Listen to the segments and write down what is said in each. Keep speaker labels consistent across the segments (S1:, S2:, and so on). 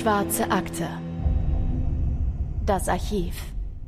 S1: Schwarze Akte. Das Archiv.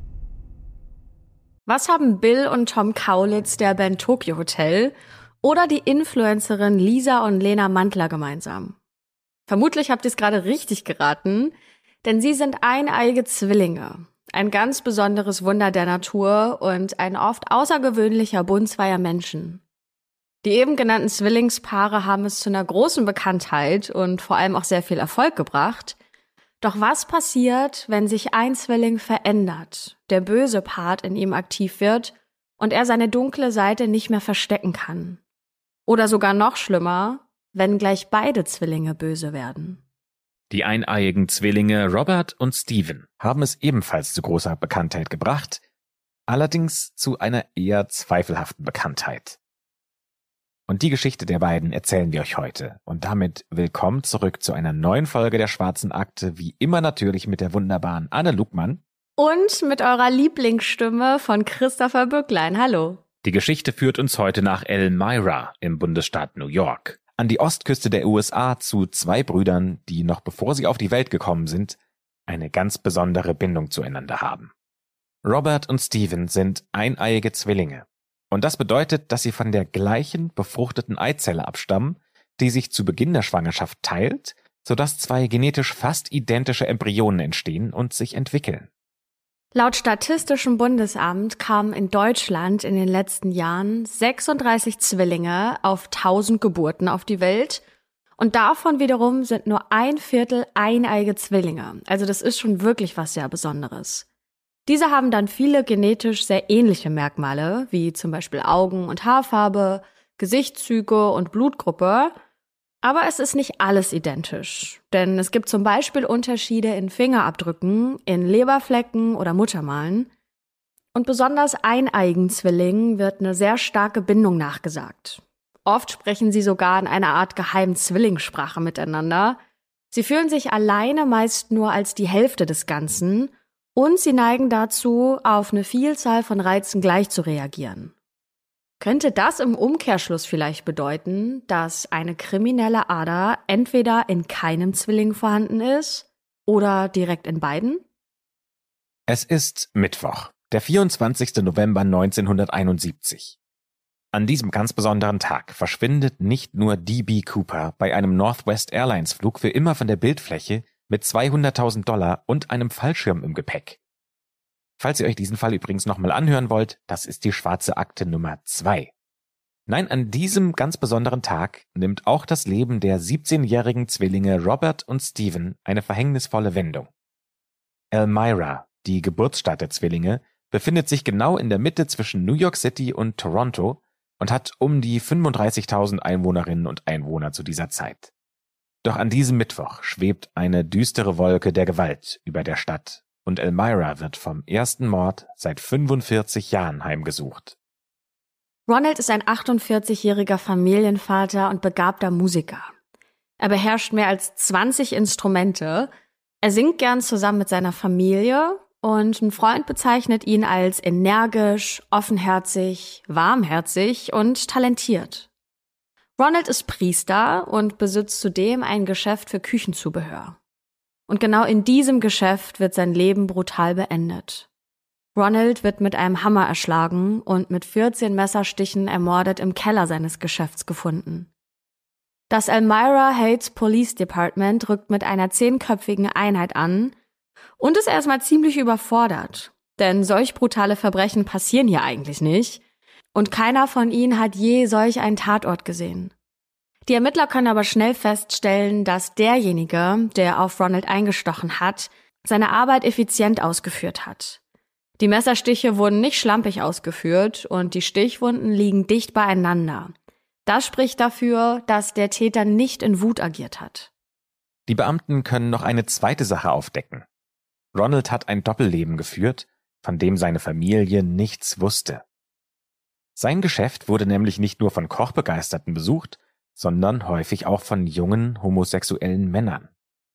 S2: Was haben Bill und Tom Kaulitz der Band Tokio Hotel oder die Influencerin Lisa und Lena Mandler gemeinsam? Vermutlich habt ihr es gerade richtig geraten, denn sie sind eineige Zwillinge. Ein ganz besonderes Wunder der Natur und ein oft außergewöhnlicher Bund zweier Menschen. Die eben genannten Zwillingspaare haben es zu einer großen Bekanntheit und vor allem auch sehr viel Erfolg gebracht. Doch was passiert, wenn sich ein Zwilling verändert, der böse Part in ihm aktiv wird und er seine dunkle Seite nicht mehr verstecken kann? Oder sogar noch schlimmer, wenn gleich beide Zwillinge böse werden.
S3: Die eineiigen Zwillinge Robert und Steven haben es ebenfalls zu großer Bekanntheit gebracht, allerdings zu einer eher zweifelhaften Bekanntheit. Und die Geschichte der beiden erzählen wir euch heute. Und damit willkommen zurück zu einer neuen Folge der Schwarzen Akte, wie immer natürlich mit der wunderbaren Anne Lugmann.
S2: Und mit eurer Lieblingsstimme von Christopher Bücklein. Hallo.
S3: Die Geschichte führt uns heute nach Elmira im Bundesstaat New York, an die Ostküste der USA zu zwei Brüdern, die noch bevor sie auf die Welt gekommen sind, eine ganz besondere Bindung zueinander haben. Robert und Steven sind eineiige Zwillinge. Und das bedeutet, dass sie von der gleichen befruchteten Eizelle abstammen, die sich zu Beginn der Schwangerschaft teilt, sodass zwei genetisch fast identische Embryonen entstehen und sich entwickeln.
S2: Laut Statistischem Bundesamt kamen in Deutschland in den letzten Jahren 36 Zwillinge auf 1000 Geburten auf die Welt und davon wiederum sind nur 1/4 eineige Zwillinge. Also das ist schon wirklich was sehr Besonderes. Diese haben dann viele genetisch sehr ähnliche Merkmale, wie zum Beispiel Augen- und Haarfarbe, Gesichtszüge und Blutgruppe. Aber es ist nicht alles identisch, denn es gibt zum Beispiel Unterschiede in Fingerabdrücken, in Leberflecken oder Muttermalen. Und besonders eineigen Zwillingen wird eine sehr starke Bindung nachgesagt. Oft sprechen sie sogar in einer Art geheimen Zwillingssprache miteinander. Sie fühlen sich alleine meist nur als die Hälfte des Ganzen und sie neigen dazu, auf eine Vielzahl von Reizen gleich zu reagieren. Könnte das im Umkehrschluss vielleicht bedeuten, dass eine kriminelle Ader entweder in keinem Zwilling vorhanden ist oder direkt in beiden?
S3: Es ist Mittwoch, der 24. November 1971. An diesem ganz besonderen Tag verschwindet nicht nur D.B. Cooper bei einem Northwest Airlines Flug für immer von der Bildfläche mit $200.000 und einem Fallschirm im Gepäck. Falls ihr euch diesen Fall übrigens nochmal anhören wollt, das ist die Schwarze Akte Nummer 2. Nein, an diesem ganz besonderen Tag nimmt auch das Leben der 17-jährigen Zwillinge Robert und Steven eine verhängnisvolle Wendung. Elmira, die Geburtsstadt der Zwillinge, befindet sich genau in der Mitte zwischen New York City und Toronto und hat um die 35.000 Einwohnerinnen und Einwohner zu dieser Zeit. Doch an diesem Mittwoch schwebt eine düstere Wolke der Gewalt über der Stadt und Elmira wird vom ersten Mord seit 45 Jahren heimgesucht.
S2: Ronald ist ein 48-jähriger Familienvater und begabter Musiker. Er beherrscht mehr als 20 Instrumente. Er singt gern zusammen mit seiner Familie und ein Freund bezeichnet ihn als energisch, offenherzig, warmherzig und talentiert. Ronald ist Priester und besitzt zudem ein Geschäft für Küchenzubehör. Und genau in diesem Geschäft wird sein Leben brutal beendet. Ronald wird mit einem Hammer erschlagen und mit 14 Messerstichen ermordet im Keller seines Geschäfts gefunden. Das Elmira Heights Police Department rückt mit einer 10-köpfigen Einheit an und ist erstmal ziemlich überfordert. Denn solch brutale Verbrechen passieren hier eigentlich nicht. Und keiner von ihnen hat je solch einen Tatort gesehen. Die Ermittler können aber schnell feststellen, dass derjenige, der auf Ronald eingestochen hat, seine Arbeit effizient ausgeführt hat. Die Messerstiche wurden nicht schlampig ausgeführt und die Stichwunden liegen dicht beieinander. Das spricht dafür, dass der Täter nicht in Wut agiert hat.
S3: Die Beamten können noch eine zweite Sache aufdecken. Ronald hat ein Doppelleben geführt, von dem seine Familie nichts wusste. Sein Geschäft wurde nämlich nicht nur von Kochbegeisterten besucht, sondern häufig auch von jungen homosexuellen Männern.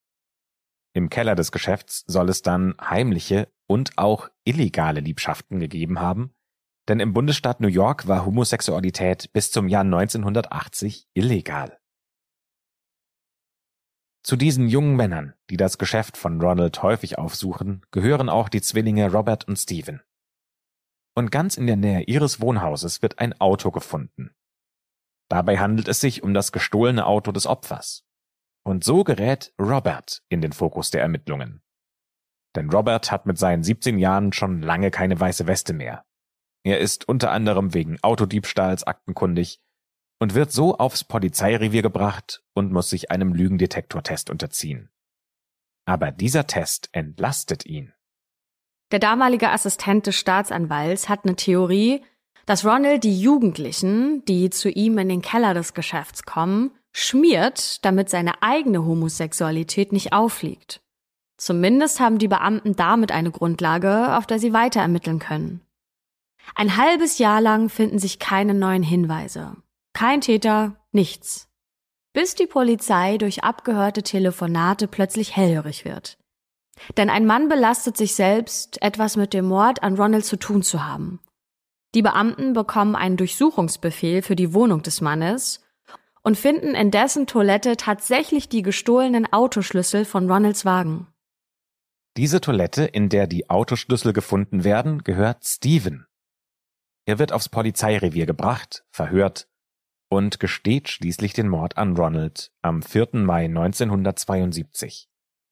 S3: Im Keller des Geschäfts soll es dann heimliche und auch illegale Liebschaften gegeben haben, denn im Bundesstaat New York war Homosexualität bis zum Jahr 1980 illegal. Zu diesen jungen Männern, die das Geschäft von Ronald häufig aufsuchen, gehören auch die Zwillinge Robert und Stephen. Und ganz in der Nähe ihres Wohnhauses wird ein Auto gefunden. Dabei handelt es sich um das gestohlene Auto des Opfers. Und so gerät Robert in den Fokus der Ermittlungen. Denn Robert hat mit seinen 17 Jahren schon lange keine weiße Weste mehr. Er ist unter anderem wegen Autodiebstahls aktenkundig und wird so aufs Polizeirevier gebracht und muss sich einem Lügendetektortest unterziehen. Aber dieser Test entlastet ihn.
S2: Der damalige Assistent des Staatsanwalts hat eine Theorie, dass Ronald die Jugendlichen, die zu ihm in den Keller des Geschäfts kommen, schmiert, damit seine eigene Homosexualität nicht auffliegt. Zumindest haben die Beamten damit eine Grundlage, auf der sie weiter ermitteln können. Ein halbes Jahr lang finden sich keine neuen Hinweise. Kein Täter, nichts. Bis die Polizei durch abgehörte Telefonate plötzlich hellhörig wird. Denn ein Mann belastet sich selbst, etwas mit dem Mord an Ronald zu tun zu haben. Die Beamten bekommen einen Durchsuchungsbefehl für die Wohnung des Mannes und finden in dessen Toilette tatsächlich die gestohlenen Autoschlüssel von Ronalds Wagen.
S3: Diese Toilette, in der die Autoschlüssel gefunden werden, gehört Stephen. Er wird aufs Polizeirevier gebracht, verhört und gesteht schließlich den Mord an Ronald am 4. Mai 1972.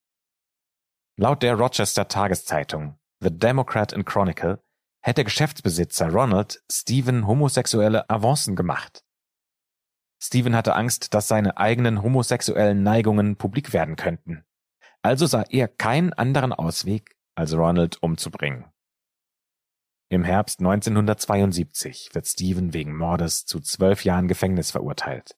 S3: Laut der Rochester Tageszeitung The Democrat and Chronicle hätte Geschäftsbesitzer Ronald Stephen homosexuelle Avancen gemacht. Stephen hatte Angst, dass seine eigenen homosexuellen Neigungen publik werden könnten. Also sah er keinen anderen Ausweg, als Ronald umzubringen. Im Herbst 1972 wird Stephen wegen Mordes zu 12 Jahren Gefängnis verurteilt.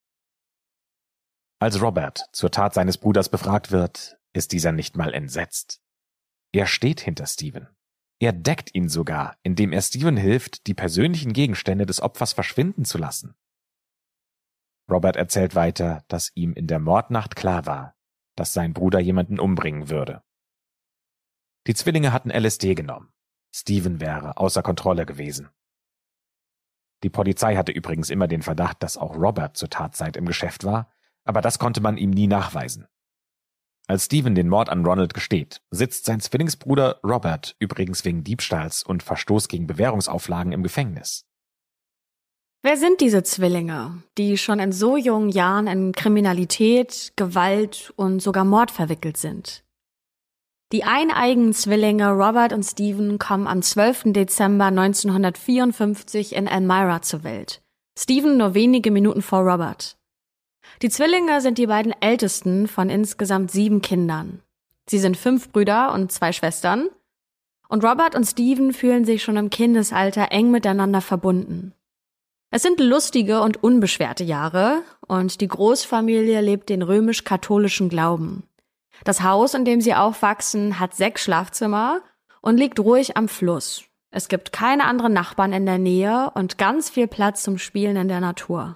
S3: Als Robert zur Tat seines Bruders befragt wird, ist dieser nicht mal entsetzt. Er steht hinter Stephen. Er deckt ihn sogar, indem er Stephen hilft, die persönlichen Gegenstände des Opfers verschwinden zu lassen. Robert erzählt weiter, dass ihm in der Mordnacht klar war, dass sein Bruder jemanden umbringen würde. Die Zwillinge hatten LSD genommen. Stephen wäre außer Kontrolle gewesen. Die Polizei hatte übrigens immer den Verdacht, dass auch Robert zur Tatzeit im Geschäft war, aber das konnte man ihm nie nachweisen. Als Stephen den Mord an Ronald gesteht, sitzt sein Zwillingsbruder Robert übrigens wegen Diebstahls und Verstoß gegen Bewährungsauflagen im Gefängnis.
S2: Wer sind diese Zwillinge, die schon in so jungen Jahren in Kriminalität, Gewalt und sogar Mord verwickelt sind? Die eineigen Zwillinge Robert und Stephen kommen am 12. Dezember 1954 in Elmira zur Welt. Stephen nur wenige Minuten vor Robert. Die Zwillinge sind die beiden ältesten von insgesamt 7 Kindern. Sie sind 5 Brüder und 2 Schwestern. Und Robert und Stephen fühlen sich schon im Kindesalter eng miteinander verbunden. Es sind lustige und unbeschwerte Jahre und die Großfamilie lebt den römisch-katholischen Glauben. Das Haus, in dem sie aufwachsen, hat 6 Schlafzimmer und liegt ruhig am Fluss. Es gibt keine anderen Nachbarn in der Nähe und ganz viel Platz zum Spielen in der Natur.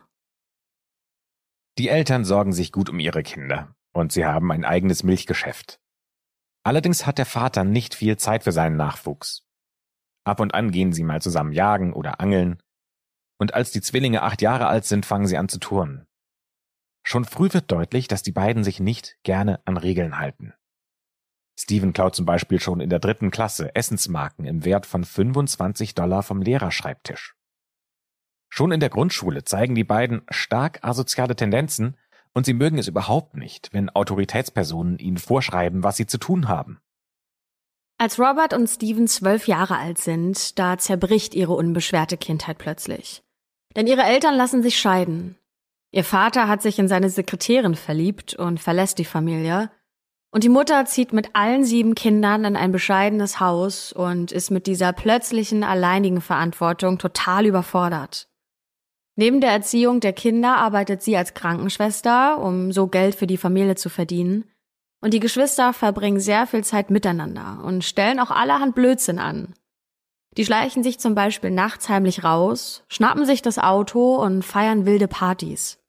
S3: Die Eltern sorgen sich gut um ihre Kinder und sie haben ein eigenes Milchgeschäft. Allerdings hat der Vater nicht viel Zeit für seinen Nachwuchs. Ab und an gehen sie mal zusammen jagen oder angeln. Und als die Zwillinge 8 Jahre alt sind, fangen sie an zu turnen. Schon früh wird deutlich, dass die beiden sich nicht gerne an Regeln halten. Stephen klaut zum Beispiel schon in der 3. Klasse Essensmarken im Wert von $25 vom Lehrerschreibtisch. Schon in der Grundschule zeigen die beiden stark asoziale Tendenzen und sie mögen es überhaupt nicht, wenn Autoritätspersonen ihnen vorschreiben, was sie zu tun haben.
S2: Als Robert und Stephen 12 Jahre alt sind, da zerbricht ihre unbeschwerte Kindheit plötzlich. Denn ihre Eltern lassen sich scheiden. Ihr Vater hat sich in seine Sekretärin verliebt und verlässt die Familie. Und die Mutter zieht mit allen 7 Kindern in ein bescheidenes Haus und ist mit dieser plötzlichen, alleinigen Verantwortung total überfordert. Neben der Erziehung der Kinder arbeitet sie als Krankenschwester, um so Geld für die Familie zu verdienen. Und die Geschwister verbringen sehr viel Zeit miteinander und stellen auch allerhand Blödsinn an. Die schleichen sich zum Beispiel nachts heimlich raus, schnappen sich das Auto und feiern wilde Partys.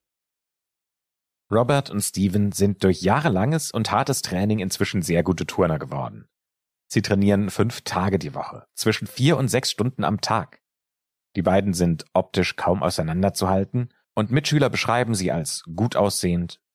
S3: Robert und Stephen sind durch jahrelanges und hartes Training inzwischen sehr gute Turner geworden. Sie trainieren 5 Tage die Woche, zwischen 4 und 6 Stunden am Tag. Die beiden sind optisch kaum auseinanderzuhalten und Mitschüler beschreiben sie als gut aussehend,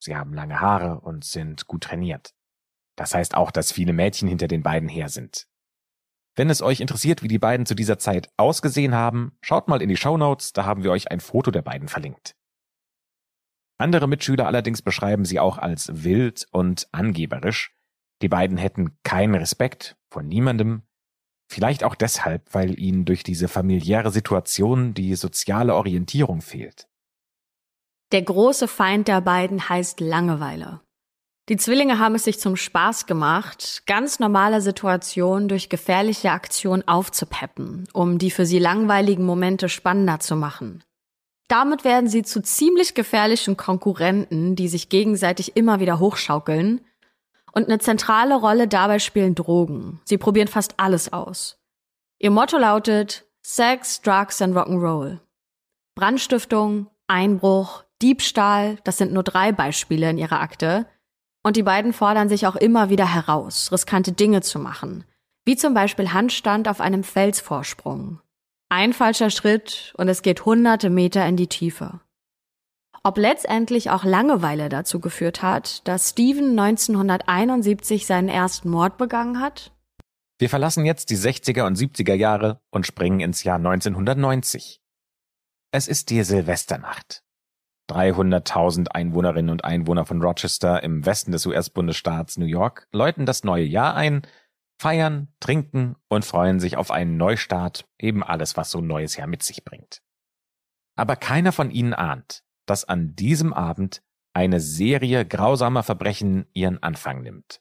S3: Sie haben lange Haare und sind gut trainiert. Das heißt auch, dass viele Mädchen hinter den beiden her sind. Wenn es euch interessiert, wie die beiden zu dieser Zeit ausgesehen haben, schaut mal in die Shownotes, da haben wir euch ein Foto der beiden verlinkt. Andere Mitschüler allerdings beschreiben sie auch als wild und angeberisch. Die beiden hätten keinen Respekt vor niemandem, vielleicht auch deshalb, weil ihnen durch diese familiäre Situation die soziale Orientierung fehlt.
S2: Der große Feind der beiden heißt Langeweile. Die Zwillinge haben es sich zum Spaß gemacht, ganz normale Situationen durch gefährliche Aktionen aufzupeppen, um die für sie langweiligen Momente spannender zu machen. Damit werden sie zu ziemlich gefährlichen Konkurrenten, die sich gegenseitig immer wieder hochschaukeln. Und eine zentrale Rolle dabei spielen Drogen. Sie probieren fast alles aus. Ihr Motto lautet Sex, Drugs and Rock'n'Roll. Brandstiftung, Einbruch, Diebstahl, das sind nur 3 Beispiele in ihrer Akte. Und die beiden fordern sich auch immer wieder heraus, riskante Dinge zu machen. Wie zum Beispiel Handstand auf einem Felsvorsprung. Ein falscher Schritt und es geht hunderte Meter in die Tiefe. Ob letztendlich auch Langeweile dazu geführt hat, dass Steven 1971 seinen ersten Mord begangen hat?
S3: Wir verlassen jetzt die 60er und 70er Jahre und springen ins Jahr 1990. Es ist die Silvesternacht. 300.000 Einwohnerinnen und Einwohner von Rochester im Westen des US-Bundesstaats New York läuten das neue Jahr ein, feiern, trinken und freuen sich auf einen Neustart, eben alles, was so ein neues Jahr mit sich bringt. Aber keiner von ihnen ahnt, dass an diesem Abend eine Serie grausamer Verbrechen ihren Anfang nimmt.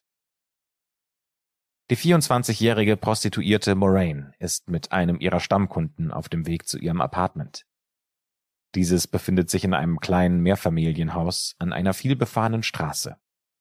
S3: Die 24-jährige Prostituierte Moraine ist mit einem ihrer Stammkunden auf dem Weg zu ihrem Apartment. Dieses befindet sich in einem kleinen Mehrfamilienhaus an einer vielbefahrenen Straße.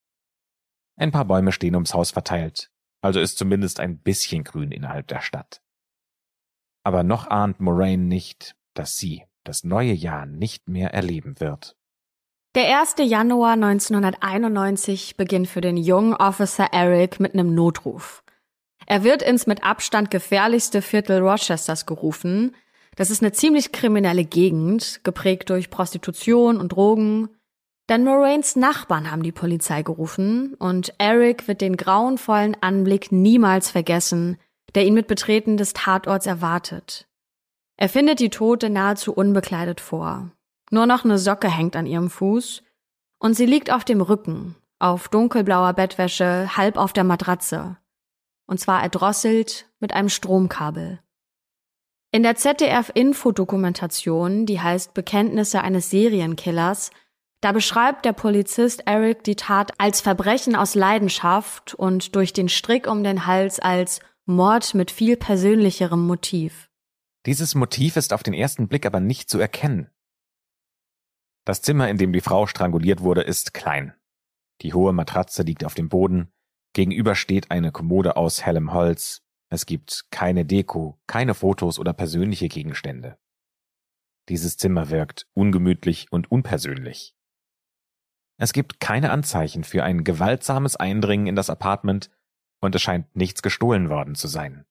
S3: Ein paar Bäume stehen ums Haus verteilt, also ist zumindest ein bisschen Grün innerhalb der Stadt. Aber noch ahnt Moraine nicht, dass sie das neue Jahr nicht mehr erleben wird.
S2: Der 1. Januar 1991 beginnt für den jungen Officer Eric mit einem Notruf. Er wird ins mit Abstand gefährlichste Viertel Rochesters gerufen. Das ist eine ziemlich kriminelle Gegend, geprägt durch Prostitution und Drogen. Denn Moraines Nachbarn haben die Polizei gerufen und Eric wird den grauenvollen Anblick niemals vergessen, der ihn mit Betreten des Tatorts erwartet. Er findet die Tote nahezu unbekleidet vor. Nur noch eine Socke hängt an ihrem Fuß und sie liegt auf dem Rücken, auf dunkelblauer Bettwäsche, halb auf der Matratze. Und zwar erdrosselt mit einem Stromkabel. In der ZDF-Infodokumentation, die heißt Bekenntnisse eines Serienkillers, da beschreibt der Polizist Eric die Tat als Verbrechen aus Leidenschaft und durch den Strick um den Hals als Mord mit viel persönlicherem Motiv.
S3: Dieses Motiv ist auf den ersten Blick aber nicht zu erkennen. Das Zimmer, in dem die Frau stranguliert wurde, ist klein. Die hohe Matratze liegt auf dem Boden, gegenüber steht eine Kommode aus hellem Holz. Es gibt keine Deko, keine Fotos oder persönliche Gegenstände. Dieses Zimmer wirkt ungemütlich und unpersönlich. Es gibt keine Anzeichen für ein gewaltsames Eindringen in das Apartment und es scheint nichts gestohlen worden zu sein.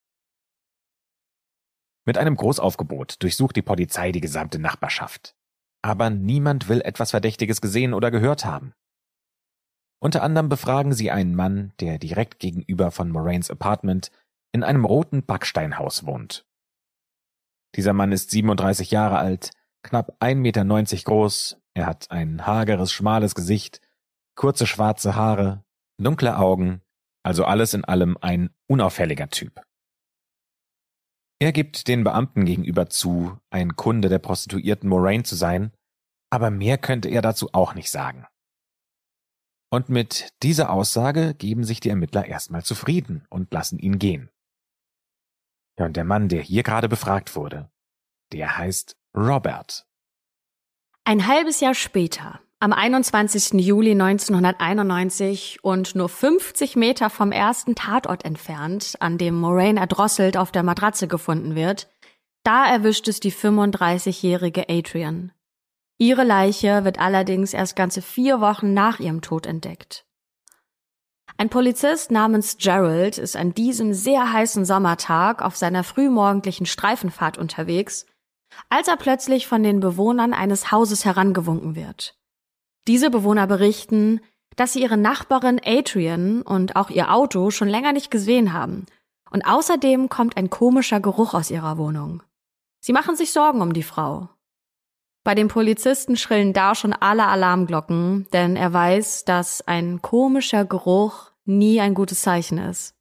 S3: Mit einem Großaufgebot durchsucht die Polizei die gesamte Nachbarschaft. Aber niemand will etwas Verdächtiges gesehen oder gehört haben. Unter anderem befragen sie einen Mann, der direkt gegenüber von Moraines Apartment in einem roten Backsteinhaus wohnt. Dieser Mann ist 37 Jahre alt, knapp 1,90 Meter groß, er hat ein hageres, schmales Gesicht, kurze schwarze Haare, dunkle Augen, also alles in allem ein unauffälliger Typ. Er gibt den Beamten gegenüber zu, ein Kunde der Prostituierten Moraine zu sein, aber mehr könnte er dazu auch nicht sagen. Und mit dieser Aussage geben sich die Ermittler erstmal zufrieden und lassen ihn gehen. Ja, und der Mann, der hier gerade befragt wurde, der heißt Robert.
S2: Ein halbes Jahr später, am 21. Juli 1991 und nur 50 Meter vom ersten Tatort entfernt, an dem Moraine erdrosselt auf der Matratze gefunden wird, da erwischt es die 35-jährige Adrian. Ihre Leiche wird allerdings erst ganze 4 Wochen nach ihrem Tod entdeckt. Ein Polizist namens Gerald ist an diesem sehr heißen Sommertag auf seiner frühmorgendlichen Streifenfahrt unterwegs, als er plötzlich von den Bewohnern eines Hauses herangewunken wird. Diese Bewohner berichten, dass sie ihre Nachbarin Adrian und auch ihr Auto schon länger nicht gesehen haben. Und außerdem kommt ein komischer Geruch aus ihrer Wohnung. Sie machen sich Sorgen um die Frau. Bei dem Polizisten schrillen da schon alle Alarmglocken, denn er weiß, dass ein komischer Geruch nie ein gutes Zeichen ist.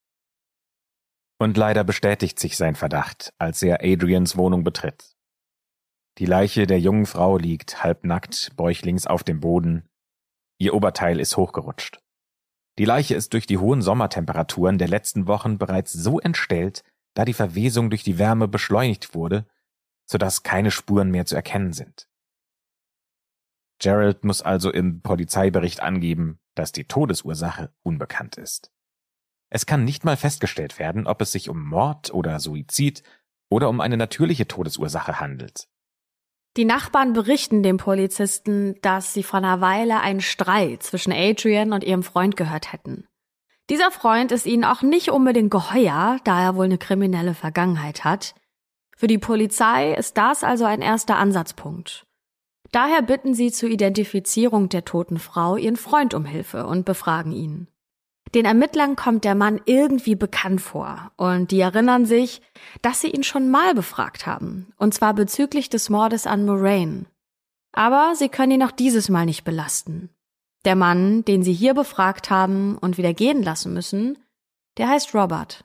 S3: Und leider bestätigt sich sein Verdacht, als er Adrians Wohnung betritt. Die Leiche der jungen Frau liegt halbnackt, bäuchlings auf dem Boden. Ihr Oberteil ist hochgerutscht. Die Leiche ist durch die hohen Sommertemperaturen der letzten Wochen bereits so entstellt, da die Verwesung durch die Wärme beschleunigt wurde, sodass keine Spuren mehr zu erkennen sind. Gerald muss also im Polizeibericht angeben, dass die Todesursache unbekannt ist. Es kann nicht mal festgestellt werden, ob es sich um Mord oder Suizid oder um eine natürliche Todesursache handelt.
S2: Die Nachbarn berichten dem Polizisten, dass sie vor einer Weile einen Streit zwischen Adrian und ihrem Freund gehört hätten. Dieser Freund ist ihnen auch nicht unbedingt geheuer, da er wohl eine kriminelle Vergangenheit hat. Für die Polizei ist das also ein erster Ansatzpunkt. Daher bitten sie zur Identifizierung der toten Frau ihren Freund um Hilfe und befragen ihn. Den Ermittlern kommt der Mann irgendwie bekannt vor und die erinnern sich, dass sie ihn schon mal befragt haben, und zwar bezüglich des Mordes an Moraine. Aber sie können ihn auch dieses Mal nicht belasten. Der Mann, den sie hier befragt haben und wieder gehen lassen müssen, der heißt Robert.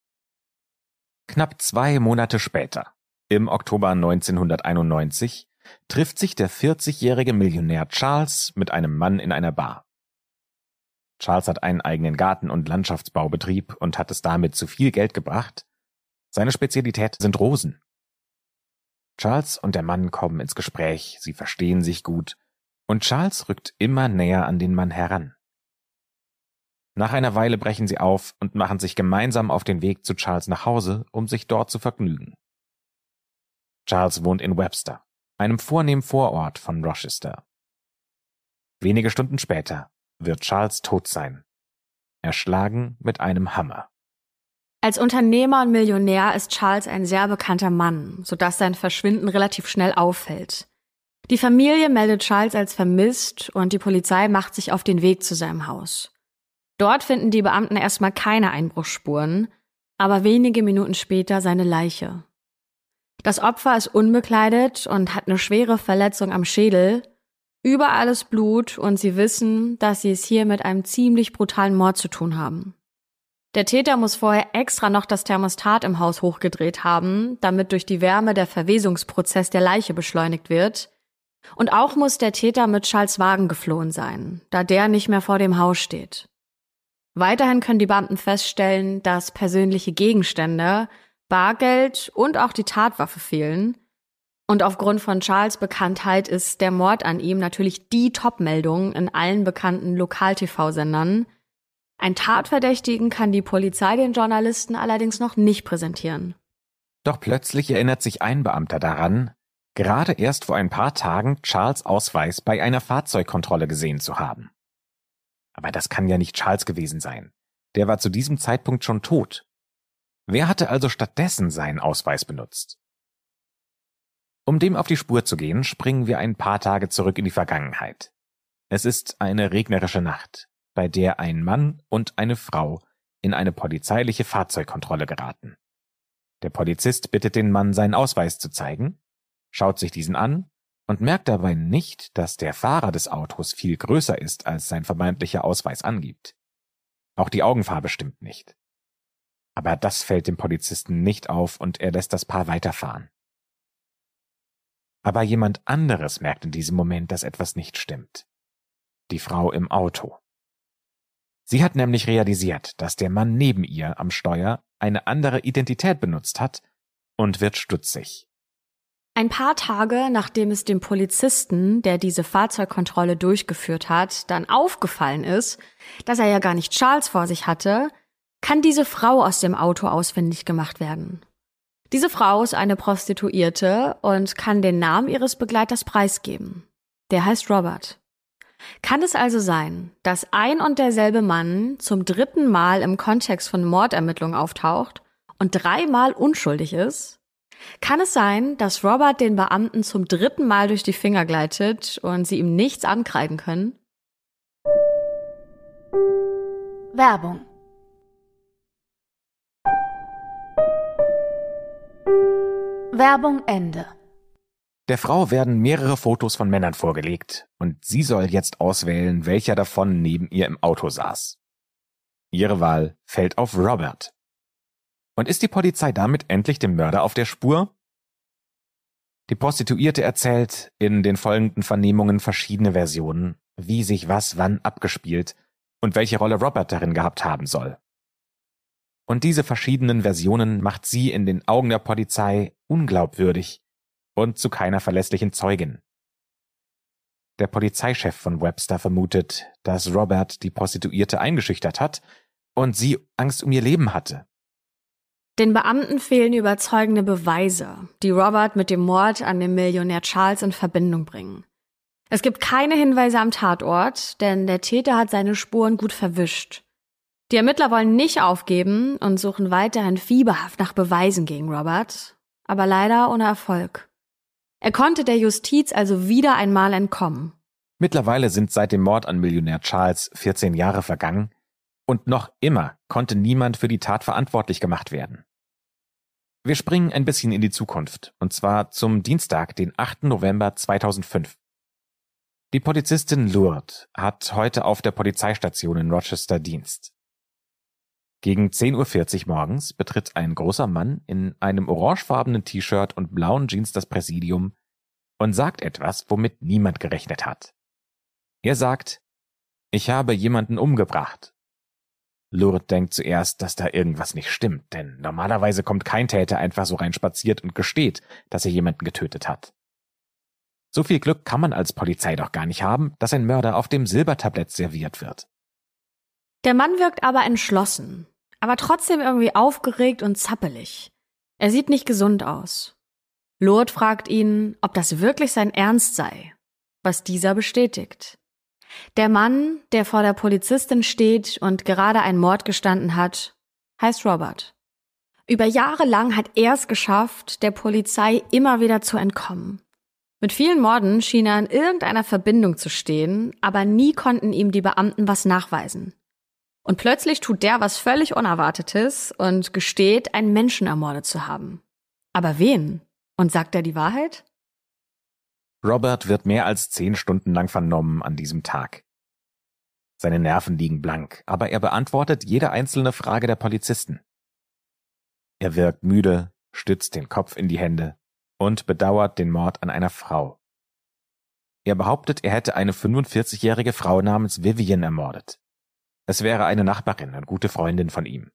S3: Knapp 2 Monate später, im Oktober 1991, trifft sich der 40-jährige Millionär Charles mit einem Mann in einer Bar. Charles hat einen eigenen Garten- und Landschaftsbaubetrieb und hat es damit zu viel Geld gebracht. Seine Spezialität sind Rosen. Charles und der Mann kommen ins Gespräch, sie verstehen sich gut und Charles rückt immer näher an den Mann heran. Nach einer Weile brechen sie auf und machen sich gemeinsam auf den Weg zu Charles nach Hause, um sich dort zu vergnügen. Charles wohnt in Webster, einem vornehmen Vorort von Rochester. Wenige Stunden später wird Charles tot sein, erschlagen mit einem Hammer.
S2: Als Unternehmer und Millionär ist Charles ein sehr bekannter Mann, sodass sein Verschwinden relativ schnell auffällt. Die Familie meldet Charles als vermisst und die Polizei macht sich auf den Weg zu seinem Haus. Dort finden die Beamten erstmal keine Einbruchsspuren, aber wenige Minuten später seine Leiche. Das Opfer ist unbekleidet und hat eine schwere Verletzung am Schädel. Überall ist Blut und sie wissen, dass sie es hier mit einem ziemlich brutalen Mord zu tun haben. Der Täter muss vorher extra noch das Thermostat im Haus hochgedreht haben, damit durch die Wärme der Verwesungsprozess der Leiche beschleunigt wird. Und auch muss der Täter mit Charles' Wagen geflohen sein, da der nicht mehr vor dem Haus steht. Weiterhin können die Beamten feststellen, dass persönliche Gegenstände, Bargeld und auch die Tatwaffe fehlen. Und aufgrund von Charles' Bekanntheit ist der Mord an ihm natürlich die Top-Meldung in allen bekannten Lokal-TV-Sendern. Ein Tatverdächtigen kann die Polizei den Journalisten allerdings noch nicht präsentieren.
S3: Doch plötzlich erinnert sich ein Beamter daran, gerade erst vor ein paar Tagen Charles' Ausweis bei einer Fahrzeugkontrolle gesehen zu haben. Aber das kann ja nicht Charles gewesen sein. Der war zu diesem Zeitpunkt schon tot. Wer hatte also stattdessen seinen Ausweis benutzt? Um dem auf die Spur zu gehen, springen wir ein paar Tage zurück in die Vergangenheit. Es ist eine regnerische Nacht, bei der ein Mann und eine Frau in eine polizeiliche Fahrzeugkontrolle geraten. Der Polizist bittet den Mann, seinen Ausweis zu zeigen, schaut sich diesen an und merkt dabei nicht, dass der Fahrer des Autos viel größer ist, als sein vermeintlicher Ausweis angibt. Auch die Augenfarbe stimmt nicht. Aber das fällt dem Polizisten nicht auf und er lässt das Paar weiterfahren. Aber jemand anderes merkt in diesem Moment, dass etwas nicht stimmt. Die Frau im Auto. Sie hat nämlich realisiert, dass der Mann neben ihr am Steuer eine andere Identität benutzt hat und wird stutzig.
S2: Ein paar Tage, nachdem es dem Polizisten, der diese Fahrzeugkontrolle durchgeführt hat, dann aufgefallen ist, dass er ja gar nicht Charles vor sich hatte, kann diese Frau aus dem Auto ausfindig gemacht werden. Diese Frau ist eine Prostituierte und kann den Namen ihres Begleiters preisgeben. Der heißt Robert. Kann es also sein, dass ein und derselbe Mann zum 3. Mal im Kontext von Mordermittlungen auftaucht und 3 Mal unschuldig ist? Kann es sein, dass Robert den Beamten zum 3. Mal durch die Finger gleitet und sie ihm nichts ankreiden können?
S1: Werbung. Werbung Ende.
S3: Der Frau werden mehrere Fotos von Männern vorgelegt und sie soll jetzt auswählen, welcher davon neben ihr im Auto saß. Ihre Wahl fällt auf Robert. Und ist die Polizei damit endlich dem Mörder auf der Spur? Die Prostituierte erzählt in den folgenden Vernehmungen verschiedene Versionen, wie sich was wann abgespielt und welche Rolle Robert darin gehabt haben soll. Und diese verschiedenen Versionen macht sie in den Augen der Polizei unglaubwürdig und zu keiner verlässlichen Zeugin. Der Polizeichef von Webster vermutet, dass Robert die Prostituierte eingeschüchtert hat und sie Angst um ihr Leben hatte.
S2: Den Beamten fehlen überzeugende Beweise, die Robert mit dem Mord an dem Millionär Charles in Verbindung bringen. Es gibt keine Hinweise am Tatort, denn der Täter hat seine Spuren gut verwischt. Die Ermittler wollen nicht aufgeben und suchen weiterhin fieberhaft nach Beweisen gegen Robert, aber leider ohne Erfolg. Er konnte der Justiz also wieder einmal entkommen.
S3: Mittlerweile sind seit dem Mord an Millionär Charles 14 Jahre vergangen und noch immer konnte niemand für die Tat verantwortlich gemacht werden. Wir springen ein bisschen in die Zukunft, und zwar zum Dienstag, den 8. November 2005. Die Polizistin Lourdes hat heute auf der Polizeistation in Rochester Dienst. Gegen 10:40 Uhr morgens betritt ein großer Mann in einem orangefarbenen T-Shirt und blauen Jeans das Präsidium und sagt etwas, womit niemand gerechnet hat. Er sagt: „Ich habe jemanden umgebracht." Lourdes denkt zuerst, dass da irgendwas nicht stimmt, denn normalerweise kommt kein Täter einfach so reinspaziert und gesteht, dass er jemanden getötet hat. So viel Glück kann man als Polizei doch gar nicht haben, dass ein Mörder auf dem Silbertablett serviert wird.
S2: Der Mann wirkt aber entschlossen, aber trotzdem irgendwie aufgeregt und zappelig. Er sieht nicht gesund aus. Lourdes fragt ihn, ob das wirklich sein Ernst sei, was dieser bestätigt. Der Mann, der vor der Polizistin steht und gerade einen Mord gestanden hat, heißt Robert. Über Jahre lang hat er es geschafft, der Polizei immer wieder zu entkommen. Mit vielen Morden schien er in irgendeiner Verbindung zu stehen, aber nie konnten ihm die Beamten was nachweisen. Und plötzlich tut der was völlig Unerwartetes und gesteht, einen Menschen ermordet zu haben. Aber wen? Und sagt er die Wahrheit?
S3: Robert wird mehr als 10 Stunden lang vernommen an diesem Tag. Seine Nerven liegen blank, aber er beantwortet jede einzelne Frage der Polizisten. Er wirkt müde, stützt den Kopf in die Hände und bedauert den Mord an einer Frau. Er behauptet, er hätte eine 45-jährige Frau namens Vivian ermordet. Es wäre eine Nachbarin und gute Freundin von ihm.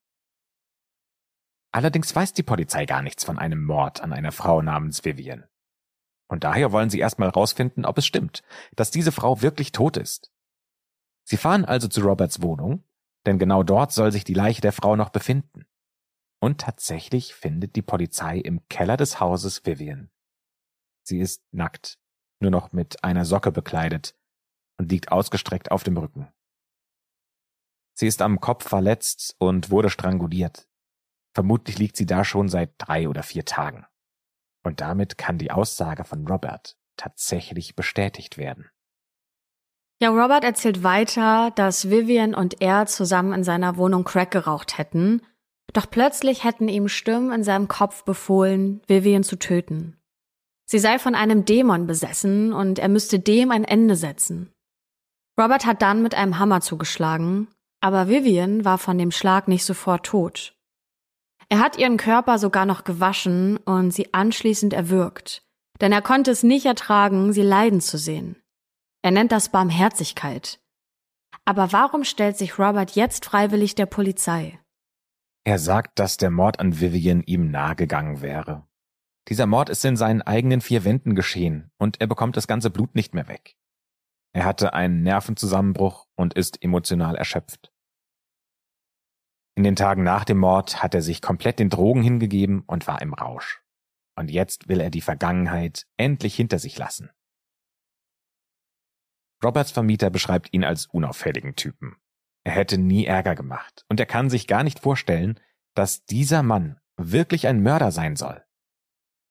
S3: Allerdings weiß die Polizei gar nichts von einem Mord an einer Frau namens Vivian. Und daher wollen sie erstmal rausfinden, ob es stimmt, dass diese Frau wirklich tot ist. Sie fahren also zu Roberts Wohnung, denn genau dort soll sich die Leiche der Frau noch befinden. Und tatsächlich findet die Polizei im Keller des Hauses Vivian. Sie ist nackt, nur noch mit einer Socke bekleidet und liegt ausgestreckt auf dem Rücken. Sie ist am Kopf verletzt und wurde stranguliert. Vermutlich liegt sie da schon seit 3 oder 4 Tagen. Und damit kann die Aussage von Robert tatsächlich bestätigt werden.
S2: Ja, Robert erzählt weiter, dass Vivian und er zusammen in seiner Wohnung Crack geraucht hätten, doch plötzlich hätten ihm Stimmen in seinem Kopf befohlen, Vivian zu töten. Sie sei von einem Dämon besessen und er müsste dem ein Ende setzen. Robert hat dann mit einem Hammer zugeschlagen, aber Vivian war von dem Schlag nicht sofort tot. Er hat ihren Körper sogar noch gewaschen und sie anschließend erwürgt, denn er konnte es nicht ertragen, sie leiden zu sehen. Er nennt das Barmherzigkeit. Aber warum stellt sich Robert jetzt freiwillig der Polizei?
S3: Er sagt, dass der Mord an Vivian ihm nahegegangen wäre. Dieser Mord ist in seinen eigenen 4 Wänden geschehen und er bekommt das ganze Blut nicht mehr weg. Er hatte einen Nervenzusammenbruch und ist emotional erschöpft. In den Tagen nach dem Mord hat er sich komplett den Drogen hingegeben und war im Rausch. Und jetzt will er die Vergangenheit endlich hinter sich lassen. Roberts Vermieter beschreibt ihn als unauffälligen Typen. Er hätte nie Ärger gemacht und er kann sich gar nicht vorstellen, dass dieser Mann wirklich ein Mörder sein soll.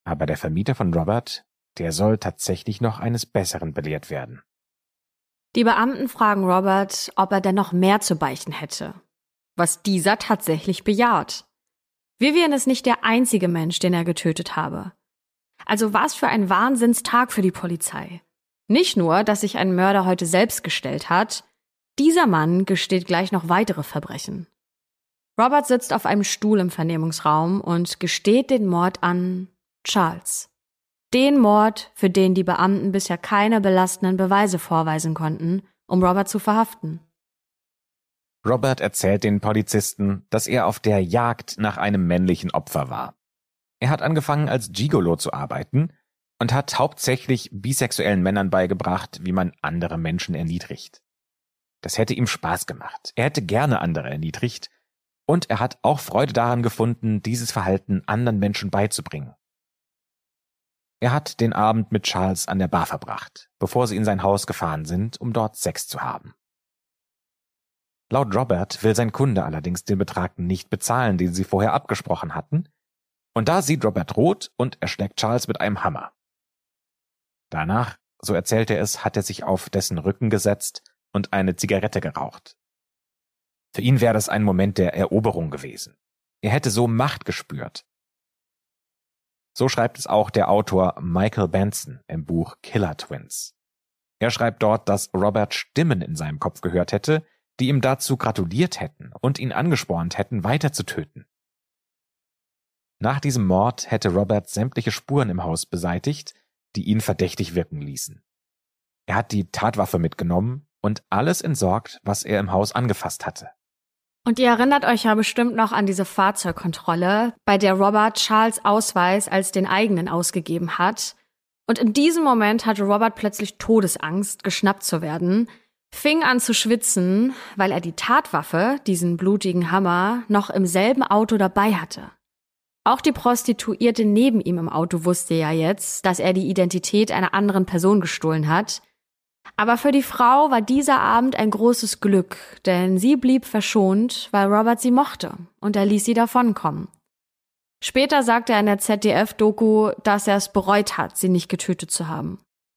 S3: Aber der Vermieter von Robert, der soll tatsächlich noch eines Besseren belehrt werden.
S2: Die Beamten fragen Robert, ob er denn noch mehr zu beichten hätte, was dieser tatsächlich bejaht. Vivian ist nicht der einzige Mensch, den er getötet habe. Also was für ein Wahnsinnstag für die Polizei. Nicht nur, dass sich ein Mörder heute selbst gestellt hat, dieser Mann gesteht gleich noch weitere Verbrechen. Robert sitzt auf einem Stuhl im Vernehmungsraum und gesteht den Mord an Charles. Den Mord, für den die Beamten bisher keine belastenden Beweise vorweisen konnten, um Robert zu verhaften.
S3: Robert erzählt den Polizisten, dass er auf der Jagd nach einem männlichen Opfer war. Er hat angefangen, als Gigolo zu arbeiten und hat hauptsächlich bisexuellen Männern beigebracht, wie man andere Menschen erniedrigt. Das hätte ihm Spaß gemacht. Er hätte gerne andere erniedrigt und er hat auch Freude daran gefunden, dieses Verhalten anderen Menschen beizubringen. Er hat den Abend mit Charles an der Bar verbracht, bevor sie in sein Haus gefahren sind, um dort Sex zu haben. Laut Robert will sein Kunde allerdings den Betrag nicht bezahlen, den sie vorher abgesprochen hatten, und da sieht Robert rot und erschlägt Charles mit einem Hammer. Danach, so erzählt er es, hat er sich auf dessen Rücken gesetzt und eine Zigarette geraucht. Für ihn wäre das ein Moment der Eroberung gewesen. Er hätte so Macht gespürt. So schreibt es auch der Autor Michael Benson im Buch Killer Twins. Er schreibt dort, dass Robert Stimmen in seinem Kopf gehört hätte, die ihm dazu gratuliert hätten und ihn angespornt hätten, weiter zu töten. Nach diesem Mord hätte Robert sämtliche Spuren im Haus beseitigt, die ihn verdächtig wirken ließen. Er hat die Tatwaffe mitgenommen und alles entsorgt, was er im Haus angefasst hatte.
S2: Und ihr erinnert euch ja bestimmt noch an diese Fahrzeugkontrolle, bei der Robert Charles' Ausweis als den eigenen ausgegeben hat. Und in diesem Moment hatte Robert plötzlich Todesangst, geschnappt zu werden, fing an zu schwitzen, weil er die Tatwaffe, diesen blutigen Hammer, noch im selben Auto dabei hatte. Auch die Prostituierte neben ihm im Auto wusste ja jetzt, dass er die Identität einer anderen Person gestohlen hat. Aber für die Frau war dieser Abend ein großes Glück, denn sie blieb verschont, weil Robert sie mochte und er ließ sie davonkommen. Später sagte er in der ZDF-Doku, dass er es bereut hat, sie nicht getötet zu haben.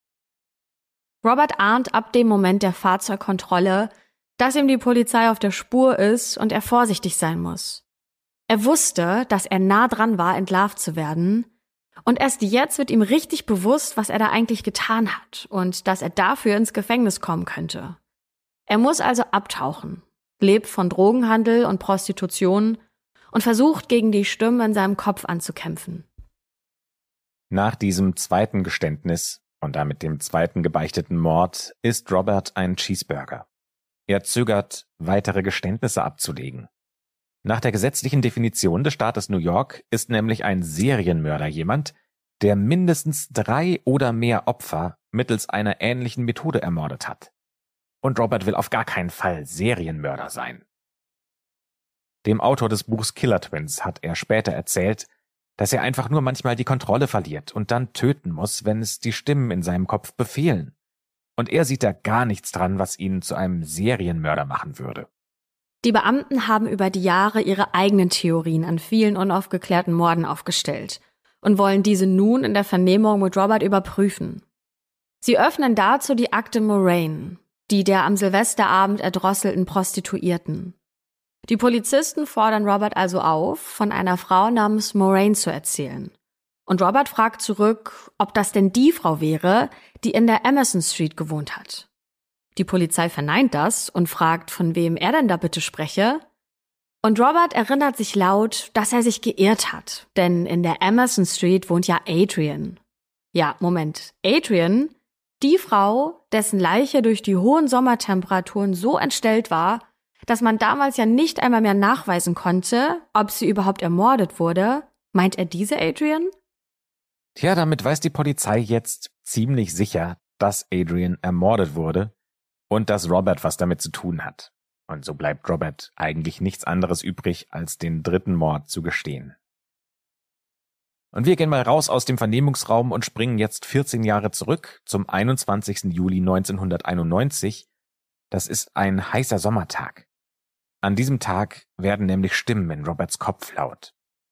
S2: Robert ahnt ab dem Moment der Fahrzeugkontrolle, dass ihm die Polizei auf der Spur ist und er vorsichtig sein muss. Er wusste, dass er nah dran war, entlarvt zu werden. Und erst jetzt wird ihm richtig bewusst, was er da eigentlich getan hat und dass er dafür ins Gefängnis kommen könnte. Er muss also abtauchen, lebt von Drogenhandel und Prostitution und versucht, gegen die Stimmen in seinem Kopf anzukämpfen.
S3: Nach diesem zweiten Geständnis und damit dem zweiten gebeichteten Mord isst Robert einen Cheeseburger. Er zögert, weitere Geständnisse abzulegen. Nach der gesetzlichen Definition des Staates New York ist nämlich ein Serienmörder jemand, der mindestens 3 oder mehr Opfer mittels einer ähnlichen Methode ermordet hat. Und Robert will auf gar keinen Fall Serienmörder sein. Dem Autor des Buchs Killer Twins hat er später erzählt, dass er einfach nur manchmal die Kontrolle verliert und dann töten muss, wenn es die Stimmen in seinem Kopf befehlen. Und er sieht da gar nichts dran, was ihn zu einem Serienmörder machen würde.
S2: Die Beamten haben über die Jahre ihre eigenen Theorien an vielen unaufgeklärten Morden aufgestellt und wollen diese nun in der Vernehmung mit Robert überprüfen. Sie öffnen dazu die Akte Moraine, die der am Silvesterabend erdrosselten Prostituierten. Die Polizisten fordern Robert also auf, von einer Frau namens Moraine zu erzählen. Und Robert fragt zurück, ob das denn die Frau wäre, die in der Emerson Street gewohnt hat. Die Polizei verneint das und fragt, von wem er denn da bitte spreche. Und Robert erinnert sich laut, dass er sich geirrt hat, denn in der Emerson Street wohnt ja Adrian. Ja, Moment, Adrian, die Frau, dessen Leiche durch die hohen Sommertemperaturen so entstellt war, dass man damals ja nicht einmal mehr nachweisen konnte, ob sie überhaupt ermordet wurde. Meint er diese Adrian?
S3: Tja, damit weiß die Polizei jetzt ziemlich sicher, dass Adrian ermordet wurde und dass Robert was damit zu tun hat. Und so bleibt Robert eigentlich nichts anderes übrig, als den dritten Mord zu gestehen. Und wir gehen mal raus aus dem Vernehmungsraum und springen jetzt 14 Jahre zurück zum 21. Juli 1991. Das ist ein heißer Sommertag. An diesem Tag werden nämlich Stimmen in Roberts Kopf laut.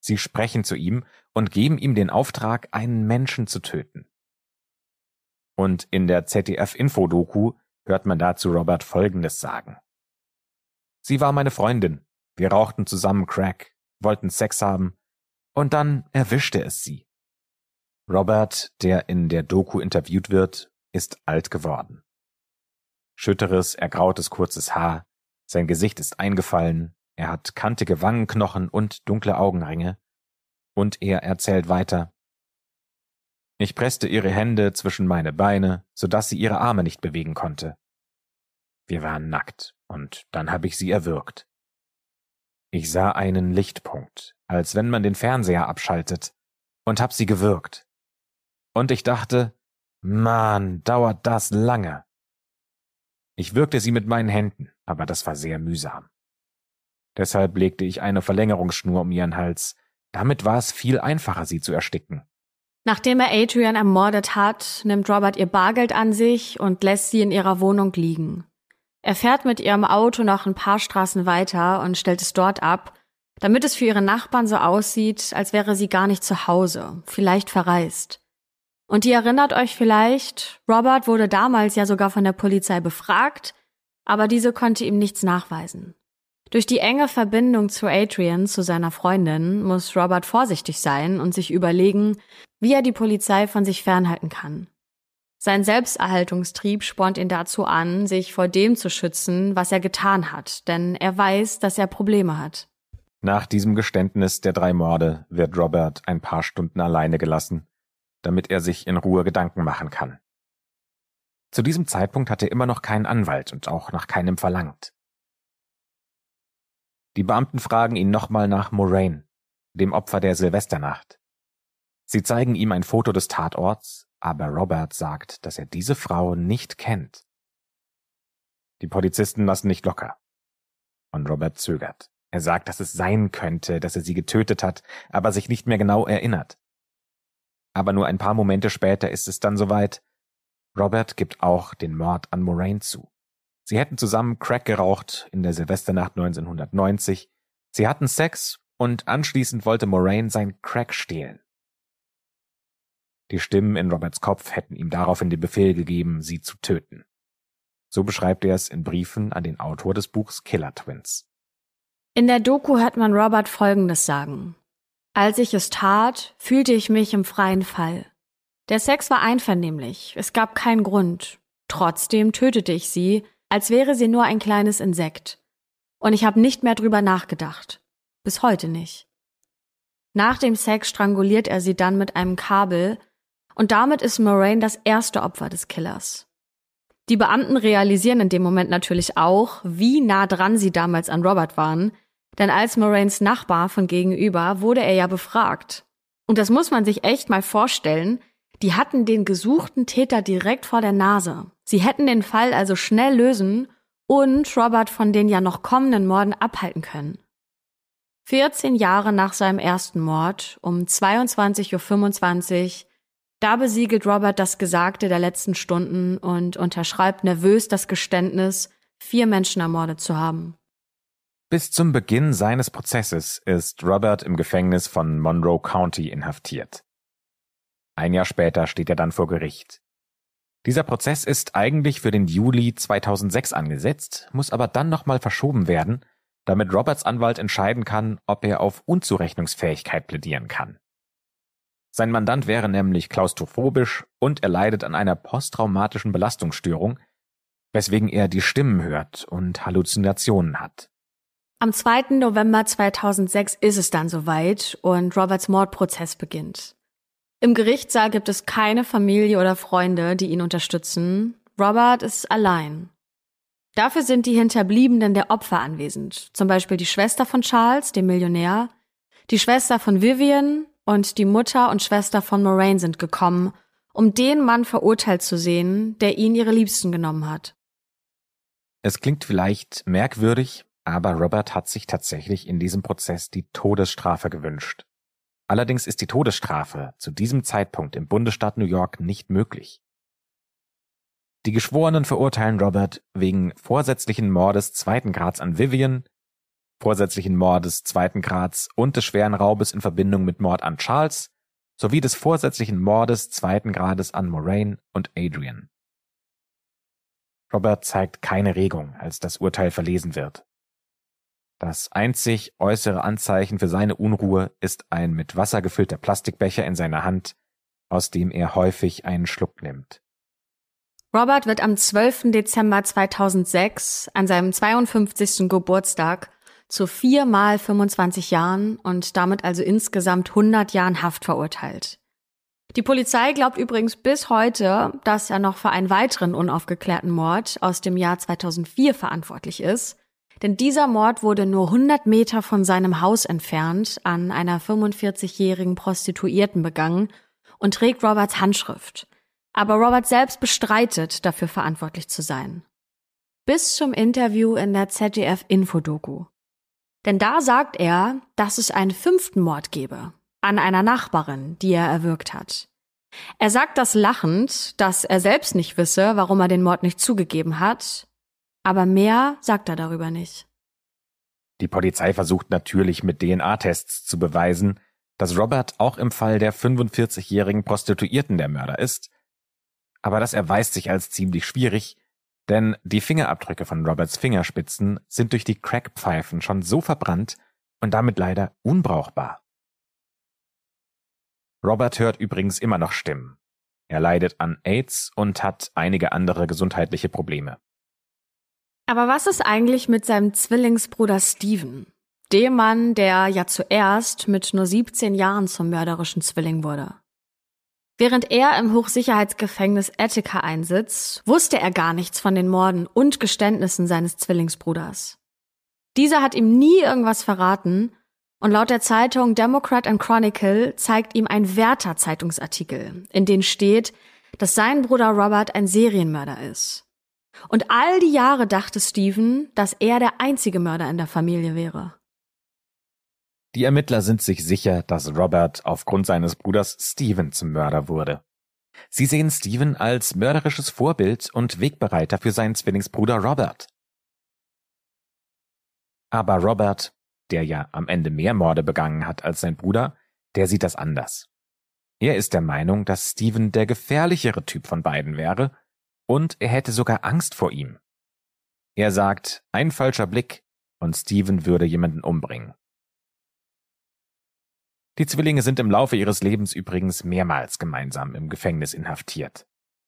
S3: Sie sprechen zu ihm und geben ihm den Auftrag, einen Menschen zu töten. Und in der ZDF-Info-Doku hört man dazu Robert Folgendes sagen. Sie war meine Freundin. Wir rauchten zusammen Crack, wollten Sex haben und dann erwischte es sie. Robert, der in der Doku interviewt wird, ist alt geworden. Schütteres, ergrautes kurzes Haar, sein Gesicht ist eingefallen, er hat kantige Wangenknochen und dunkle Augenringe. Und er erzählt weiter. Ich presste ihre Hände zwischen meine Beine, sodass sie ihre Arme nicht bewegen konnte. Wir waren nackt und dann habe ich sie erwürgt. Ich sah einen Lichtpunkt, als wenn man den Fernseher abschaltet, und hab sie gewürgt. Und ich dachte, Mann, dauert das lange. Ich würgte sie mit meinen Händen, aber das war sehr mühsam. Deshalb legte ich eine Verlängerungsschnur um ihren Hals. Damit war es viel einfacher, sie zu ersticken.
S2: Nachdem er Adrian ermordet hat, nimmt Robert ihr Bargeld an sich und lässt sie in ihrer Wohnung liegen. Er fährt mit ihrem Auto noch ein paar Straßen weiter und stellt es dort ab, damit es für ihre Nachbarn so aussieht, als wäre sie gar nicht zu Hause, vielleicht verreist. Und ihr erinnert euch vielleicht, Robert wurde damals ja sogar von der Polizei befragt, aber diese konnte ihm nichts nachweisen. Durch die enge Verbindung zu Adrian, zu seiner Freundin, muss Robert vorsichtig sein und sich überlegen, wie er die Polizei von sich fernhalten kann. Sein Selbsterhaltungstrieb spornt ihn dazu an, sich vor dem zu schützen, was er getan hat, denn er weiß, dass er Probleme hat.
S3: Nach diesem Geständnis der 3 Morde wird Robert ein paar Stunden alleine gelassen, damit er sich in Ruhe Gedanken machen kann. Zu diesem Zeitpunkt hat er immer noch keinen Anwalt und auch nach keinem verlangt. Die Beamten fragen ihn nochmal nach Moraine, dem Opfer der Silvesternacht. Sie zeigen ihm ein Foto des Tatorts, aber Robert sagt, dass er diese Frau nicht kennt. Die Polizisten lassen nicht locker. Und Robert zögert. Er sagt, dass es sein könnte, dass er sie getötet hat, aber sich nicht mehr genau erinnert. Aber nur ein paar Momente später ist es dann soweit. Robert gibt auch den Mord an Moraine zu. Sie hätten zusammen Crack geraucht in der Silvesternacht 1990. Sie hatten Sex und anschließend wollte Moraine sein Crack stehlen. Die Stimmen in Roberts Kopf hätten ihm daraufhin den Befehl gegeben, sie zu töten. So beschreibt er es in Briefen an den Autor des Buchs Killer Twins.
S2: In der Doku hört man Robert Folgendes sagen. Als ich es tat, fühlte ich mich im freien Fall. Der Sex war einvernehmlich, es gab keinen Grund. Trotzdem tötete ich sie, als wäre sie nur ein kleines Insekt. Und ich habe nicht mehr drüber nachgedacht. Bis heute nicht. Nach dem Sex stranguliert er sie dann mit einem Kabel und damit ist Moraine das erste Opfer des Killers. Die Beamten realisieren in dem Moment natürlich auch, wie nah dran sie damals an Robert waren, denn als Moraines Nachbar von gegenüber wurde er ja befragt. Und das muss man sich echt mal vorstellen, die hatten den gesuchten Täter direkt vor der Nase. Sie hätten den Fall also schnell lösen und Robert von den ja noch kommenden Morden abhalten können. 14 Jahre nach seinem ersten Mord, um 22:25 Uhr, da besiegelt Robert das Gesagte der letzten Stunden und unterschreibt nervös das Geständnis, 4 Menschen ermordet zu haben.
S3: Bis zum Beginn seines Prozesses ist Robert im Gefängnis von Monroe County inhaftiert. Ein Jahr später steht er dann vor Gericht. Dieser Prozess ist eigentlich für den Juli 2006 angesetzt, muss aber dann nochmal verschoben werden, damit Roberts Anwalt entscheiden kann, ob er auf Unzurechnungsfähigkeit plädieren kann. Sein Mandant wäre nämlich klaustrophobisch und er leidet an einer posttraumatischen Belastungsstörung, weswegen er die Stimmen hört und Halluzinationen hat.
S2: Am 2. November 2006 ist es dann soweit und Roberts Mordprozess beginnt. Im Gerichtssaal gibt es keine Familie oder Freunde, die ihn unterstützen. Robert ist allein. Dafür sind die Hinterbliebenen der Opfer anwesend, zum Beispiel die Schwester von Charles, dem Millionär, die Schwester von Vivian und die Mutter und Schwester von Moraine sind gekommen, um den Mann verurteilt zu sehen, der ihnen ihre Liebsten genommen hat.
S3: Es klingt vielleicht merkwürdig, aber Robert hat sich tatsächlich in diesem Prozess die Todesstrafe gewünscht. Allerdings ist die Todesstrafe zu diesem Zeitpunkt im Bundesstaat New York nicht möglich. Die Geschworenen verurteilen Robert wegen vorsätzlichen Mordes 2. Grads an Vivian, vorsätzlichen Mordes 2. Grads und des schweren Raubes in Verbindung mit Mord an Charles sowie des vorsätzlichen Mordes 2. Grades an Moraine und Adrian. Robert zeigt keine Regung, als das Urteil verlesen wird. Das einzig äußere Anzeichen für seine Unruhe ist ein mit Wasser gefüllter Plastikbecher in seiner Hand, aus dem er häufig einen Schluck nimmt.
S2: Robert wird am 12. Dezember 2006 an seinem 52. Geburtstag zu 4 mal 25 Jahren und damit also insgesamt 100 Jahren Haft verurteilt. Die Polizei glaubt übrigens bis heute, dass er noch für einen weiteren unaufgeklärten Mord aus dem Jahr 2004 verantwortlich ist. Denn dieser Mord wurde nur 100 Meter von seinem Haus entfernt an einer 45-jährigen Prostituierten begangen und trägt Roberts Handschrift. Aber Robert selbst bestreitet, dafür verantwortlich zu sein. Bis zum Interview in der ZDF-Infodoku. Denn da sagt er, dass es einen 5. Mord gebe, an einer Nachbarin, die er erwürgt hat. Er sagt das lachend, dass er selbst nicht wisse, warum er den Mord nicht zugegeben hat, aber mehr sagt er darüber nicht.
S3: Die Polizei versucht natürlich mit DNA-Tests zu beweisen, dass Robert auch im Fall der 45-jährigen Prostituierten der Mörder ist. Aber das erweist sich als ziemlich schwierig, denn die Fingerabdrücke von Roberts Fingerspitzen sind durch die Crackpfeifen schon so verbrannt und damit leider unbrauchbar. Robert hört übrigens immer noch Stimmen. Er leidet an AIDS und hat einige andere gesundheitliche Probleme.
S2: Aber was ist eigentlich mit seinem Zwillingsbruder Steven? Dem Mann, der ja zuerst mit nur 17 Jahren zum mörderischen Zwilling wurde. Während er im Hochsicherheitsgefängnis Attica einsitzt, wusste er gar nichts von den Morden und Geständnissen seines Zwillingsbruders. Dieser hat ihm nie irgendwas verraten und laut der Zeitung Democrat and Chronicle zeigt ihm ein Wärter-Zeitungsartikel, in dem steht, dass sein Bruder Robert ein Serienmörder ist. Und all die Jahre dachte Steven, dass er der einzige Mörder in der Familie wäre.
S3: Die Ermittler sind sich sicher, dass Robert aufgrund seines Bruders Steven zum Mörder wurde. Sie sehen Steven als mörderisches Vorbild und Wegbereiter für seinen Zwillingsbruder Robert. Aber Robert, der ja am Ende mehr Morde begangen hat als sein Bruder, der sieht das anders. Er ist der Meinung, dass Steven der gefährlichere Typ von beiden wäre und er hätte sogar Angst vor ihm. Er sagt, ein falscher Blick und Steven würde jemanden umbringen. Die Zwillinge sind im Laufe ihres Lebens übrigens mehrmals gemeinsam im Gefängnis inhaftiert.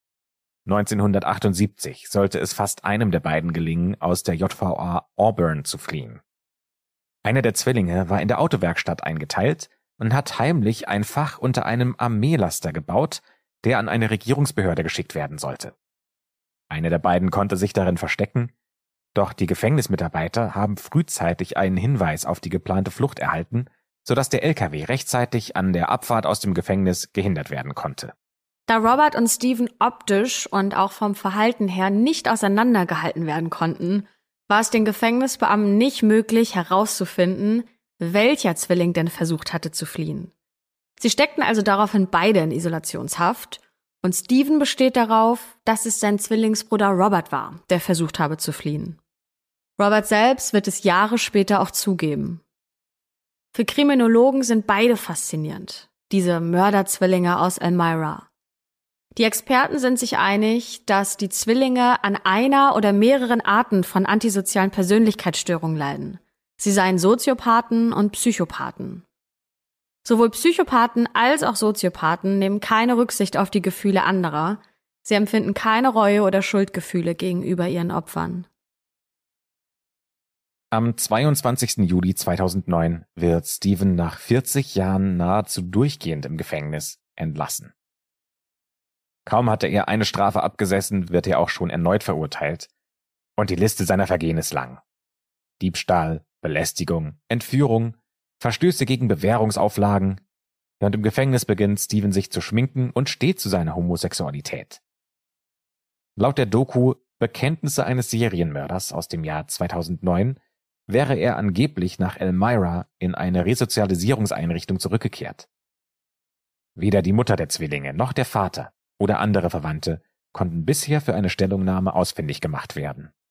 S3: 1978 sollte es fast einem der beiden gelingen, aus der JVA Auburn zu fliehen. Einer der Zwillinge war in der Autowerkstatt eingeteilt und hat heimlich ein Fach unter einem Armeelaster gebaut, der an eine Regierungsbehörde geschickt werden sollte. Einer der beiden konnte sich darin verstecken, doch die Gefängnismitarbeiter haben frühzeitig einen Hinweis auf die geplante Flucht erhalten, sodass der LKW rechtzeitig an der Abfahrt aus dem Gefängnis gehindert werden konnte.
S2: Da Robert und Steven optisch und auch vom Verhalten her nicht auseinandergehalten werden konnten, war es den Gefängnisbeamten nicht möglich herauszufinden, welcher Zwilling denn versucht hatte zu fliehen. Sie steckten also daraufhin beide in Isolationshaft und Steven besteht darauf, dass es sein Zwillingsbruder Robert war, der versucht habe zu fliehen. Robert selbst wird es Jahre später auch zugeben. Für Kriminologen sind beide faszinierend, diese Mörderzwillinge aus Elmira. Die Experten sind sich einig, dass die Zwillinge an einer oder mehreren Arten von antisozialen Persönlichkeitsstörungen leiden. Sie seien Soziopathen und Psychopathen. Sowohl Psychopathen als auch Soziopathen nehmen keine Rücksicht auf die Gefühle anderer. Sie empfinden keine Reue oder Schuldgefühle gegenüber ihren Opfern.
S3: Am 22. Juli 2009 wird Steven nach 40 Jahren nahezu durchgehend im Gefängnis entlassen. Kaum hatte er eine Strafe abgesessen, wird er auch schon erneut verurteilt. Und die Liste seiner Vergehen ist lang. Diebstahl, Belästigung, Entführung, Verstöße gegen Bewährungsauflagen. Und im Gefängnis beginnt Steven sich zu schminken und steht zu seiner Homosexualität. Laut der Doku Bekenntnisse eines Serienmörders aus dem Jahr 2009 wäre er angeblich nach Elmira in eine Resozialisierungseinrichtung zurückgekehrt. Weder die Mutter der Zwillinge noch der Vater oder andere Verwandte konnten bisher für eine Stellungnahme ausfindig gemacht werden.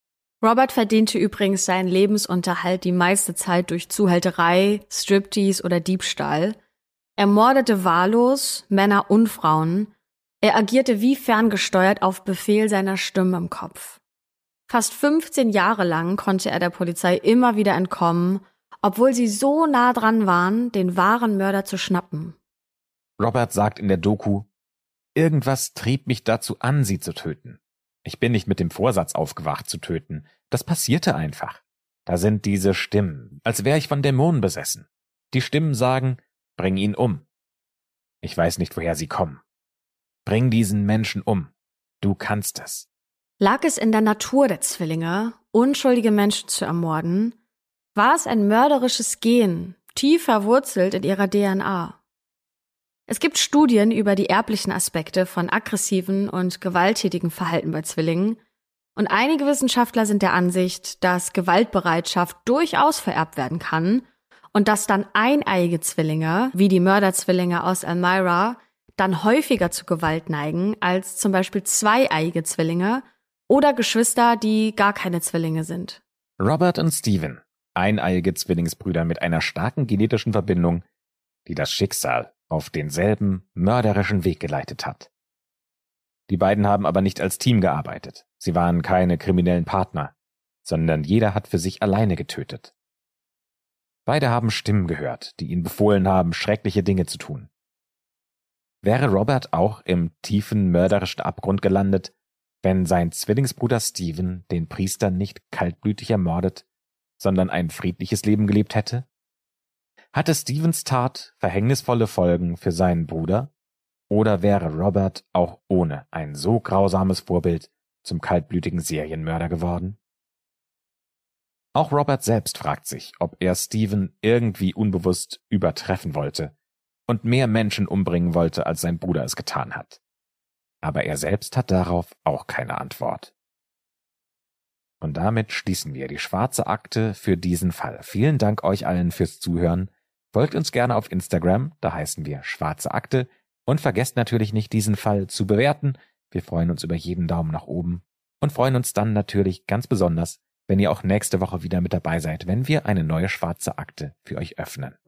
S2: Robert verdiente übrigens seinen Lebensunterhalt die meiste Zeit durch Zuhälterei, Striptease oder Diebstahl. Er mordete wahllos Männer und Frauen. Er agierte wie ferngesteuert auf Befehl seiner Stimme im Kopf. Fast 15 Jahre lang konnte er der Polizei immer wieder entkommen, obwohl sie so nah dran waren, den wahren Mörder zu schnappen.
S3: Robert sagt in der Doku: Irgendwas trieb mich dazu an, sie zu töten. Ich bin nicht mit dem Vorsatz aufgewacht zu töten. Das passierte einfach. Da sind diese Stimmen, als wäre ich von Dämonen besessen. Die Stimmen sagen: Bring ihn um. Ich weiß nicht, woher sie kommen. Bring diesen Menschen um. Du kannst es.
S2: Lag es in der Natur der Zwillinge, unschuldige Menschen zu ermorden? War es ein mörderisches Gen, tief verwurzelt in ihrer DNA? Es gibt Studien über die erblichen Aspekte von aggressiven und gewalttätigen Verhalten bei Zwillingen, und einige Wissenschaftler sind der Ansicht, dass Gewaltbereitschaft durchaus vererbt werden kann und dass dann eineiige Zwillinge, wie die Mörderzwillinge aus Elmira, dann häufiger zu Gewalt neigen als zum Beispiel zweieiige Zwillinge oder Geschwister, die gar keine Zwillinge sind.
S3: Robert und Stephen, eineiige Zwillingsbrüder mit einer starken genetischen Verbindung, die das Schicksal auf denselben mörderischen Weg geleitet hat. Die beiden haben aber nicht als Team gearbeitet. Sie waren keine kriminellen Partner, sondern jeder hat für sich alleine getötet. Beide haben Stimmen gehört, die ihnen befohlen haben, schreckliche Dinge zu tun. Wäre Robert auch im tiefen mörderischen Abgrund gelandet, wenn sein Zwillingsbruder Stephen den Priester nicht kaltblütig ermordet, sondern ein friedliches Leben gelebt hätte? Hatte Stephens Tat verhängnisvolle Folgen für seinen Bruder? Oder wäre Robert auch ohne ein so grausames Vorbild zum kaltblütigen Serienmörder geworden? Auch Robert selbst fragt sich, ob er Stephen irgendwie unbewusst übertreffen wollte und mehr Menschen umbringen wollte, als sein Bruder es getan hat. Aber er selbst hat darauf auch keine Antwort. Und damit schließen wir die schwarze Akte für diesen Fall. Vielen Dank euch allen fürs Zuhören. Folgt uns gerne auf Instagram, da heißen wir Schwarze Akte. Und vergesst natürlich nicht, diesen Fall zu bewerten. Wir freuen uns über jeden Daumen nach oben und freuen uns dann natürlich ganz besonders, wenn ihr auch nächste Woche wieder mit dabei seid, wenn wir eine neue schwarze Akte für euch öffnen.